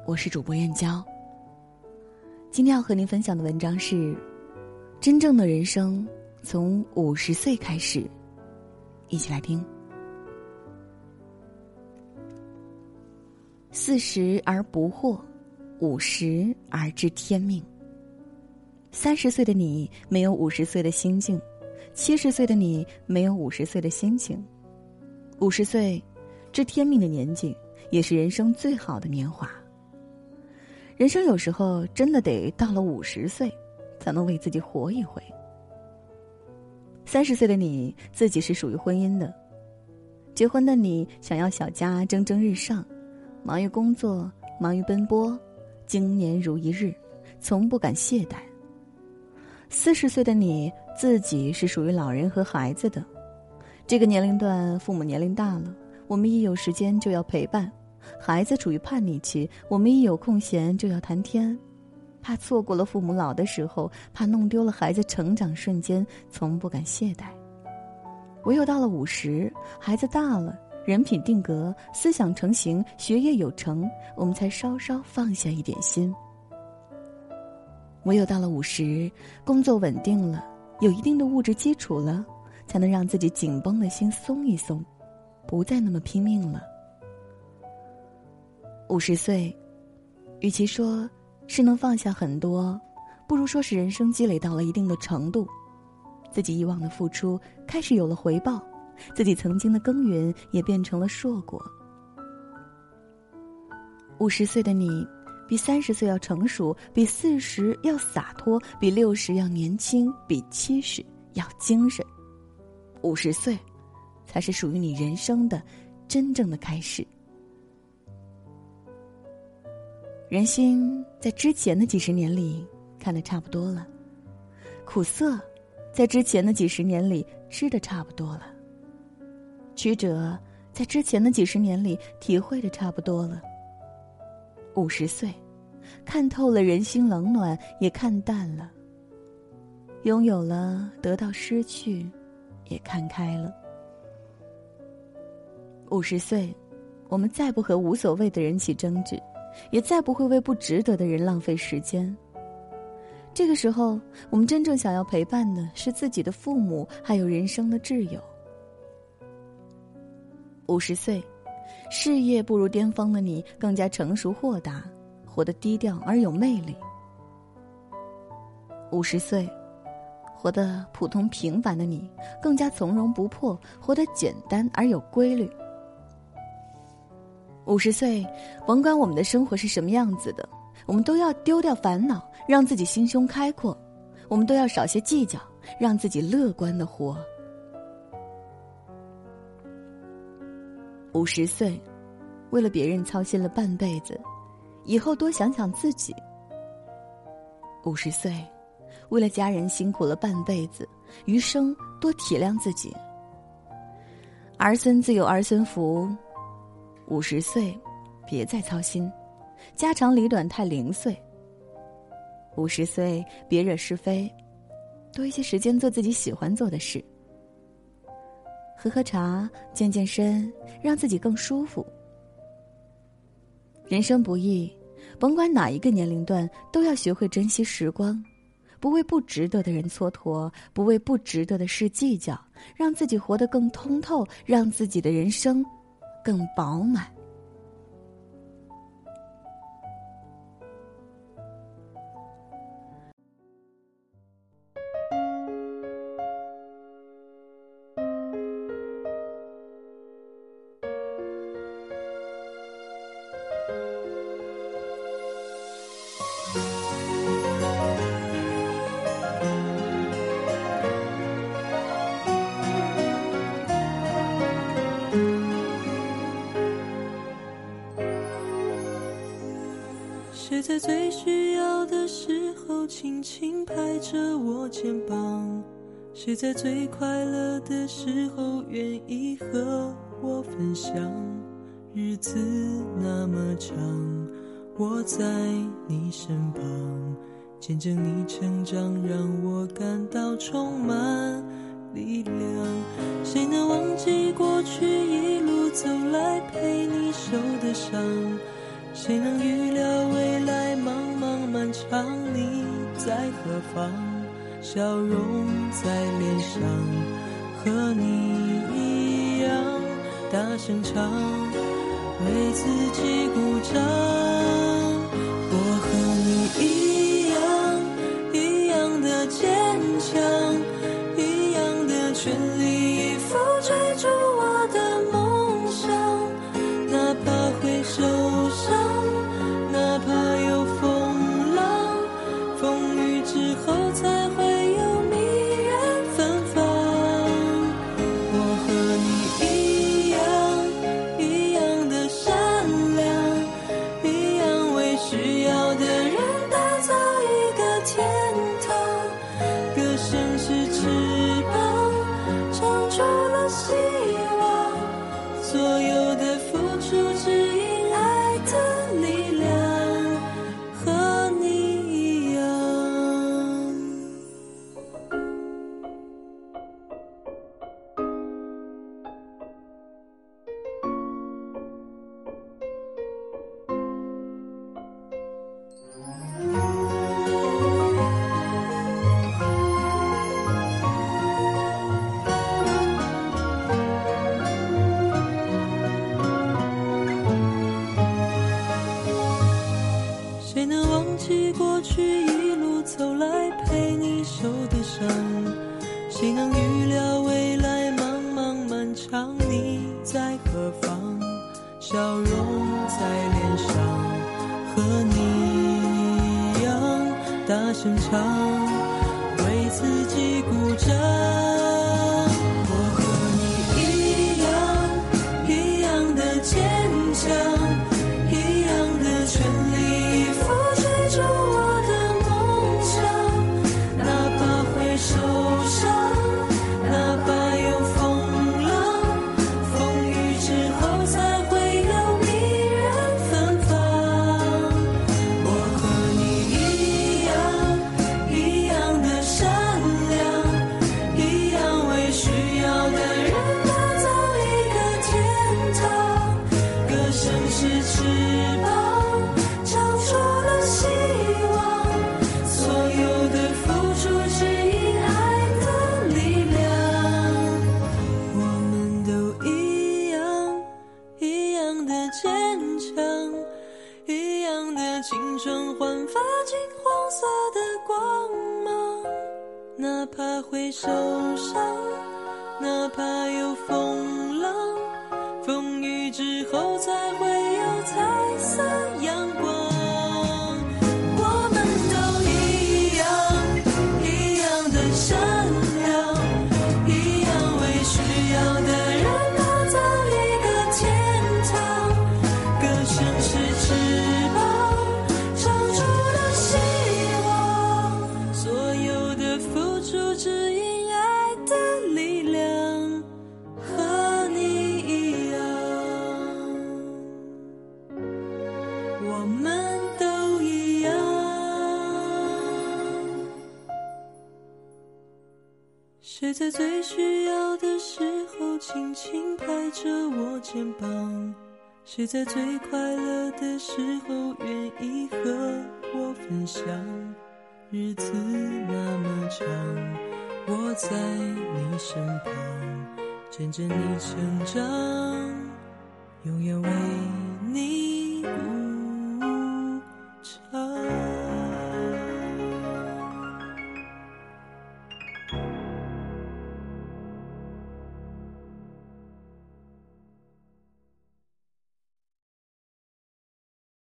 我是主播燕娇。今天要和您分享的文章是：真正的人生从50岁开始。一起来听。40而不惑，50而知天命。30岁的你没有50岁的心境，70岁的你没有50岁的心情。50岁知天命的年纪，也是人生最好的年华。人生有时候真的得到了50岁，才能为自己活一回。30岁的你自己是属于婚姻的，结婚的你想要小家蒸蒸日上，忙于工作，忙于奔波，经年如一日，从不敢懈怠。40岁的你自己是属于老人和孩子的，这个年龄段父母年龄大了，我们一有时间就要陪伴，孩子处于叛逆期，我们一有空闲就要谈天，怕错过了父母老的时候，怕弄丢了孩子成长瞬间，从不敢懈怠。唯有到了50，孩子大了，人品定格，思想成型，学业有成，我们才稍稍放下一点心。唯有到了50，工作稳定了，有一定的物质基础了，才能让自己紧绷的心松一松，不再那么拼命了。50岁，与其说是能放下很多，不如说是人生积累到了一定的程度，自己以往的付出开始有了回报，自己曾经的耕耘也变成了硕果。50岁的你比30岁要成熟，比40要洒脱，比60要年轻，比70要精神。50岁才是属于你人生的真正的开始。人心在之前的几十年里看得差不多了，苦涩在之前的几十年里吃得差不多了，曲折在之前的几十年里体会得差不多了。50岁看透了人心冷暖，也看淡了，拥有了得到失去也看开了。50岁，我们再不和无所谓的人起争执，也再不会为不值得的人浪费时间。这个时候，我们真正想要陪伴的是自己的父母，还有人生的挚友。50岁，事业步入巅峰的你更加成熟豁达，活得低调而有魅力。50岁，活得普通平凡的你更加从容不迫，活得简单而有规律。50岁，甭管我们的生活是什么样子的，我们都要丢掉烦恼，让自己心胸开阔，我们都要少些计较，让自己乐观地活。50岁，为了别人操心了半辈子，以后多想想自己。50岁，为了家人辛苦了半辈子，余生多体谅自己。儿孙自有儿孙福，50岁，别再操心，家长里短太零碎。50岁，别惹是非，多一些时间做自己喜欢做的事。喝喝茶，健健身，让自己更舒服。人生不易，甭管哪一个年龄段，都要学会珍惜时光，不为不值得的人蹉跎，不为不值得的事计较，让自己活得更通透，让自己的人生更饱满。 谁在最需要的时候轻轻拍着我肩膀？谁在最快乐的时候愿意和我分享？日子那么长，我在你身旁，见证你成长，让我感到充满力量。谁能忘记过去一路走来陪你受的伤？谁能预料漫长，你在何方？笑容在脸上，和你一样大声唱，为自己鼓掌。我和你一样的坚强，一样的全力以赴追逐我的梦想，哪怕会受伤，哪怕有风浪，风雨之后才会有迷人芬芳。我和你一样的善良，一样为需要的人打造一个天堂。歌声是翅膀，长出了希望，所有的付出只因爱的力量，和你一样。谁能忘记过去一路走来陪你受的伤？谁能预料未来茫茫漫长？你在何方？笑容在脸上，和你一样大声唱，为自己鼓掌。我和你一样的坚强，一样的全力以赴追逐我的梦想，哪怕会受伤，哪怕有风浪，风雨之后才会有迷人芬芳。我和你一样的善良，一样为需要的人打造一个天堂。歌声是翅膀，长出了希望，所有的付出只因爱的力量。我们都一样的坚强，一样的青春焕发金黄色的光芒，哪怕会受伤，哪怕有风浪，风雨之后才会有彩色阳光。我们都一样的善良，一样为需要的人打造一个天堂。歌声是翅膀，长出了希望，所有的付出只因爱的力量，和你一样。我们都一样。谁在最需要的时候轻轻拍着我肩膀？谁在最快乐的时候愿意和我分享？日子那么长，我在你身旁，见证你成长，永远为你鼓掌。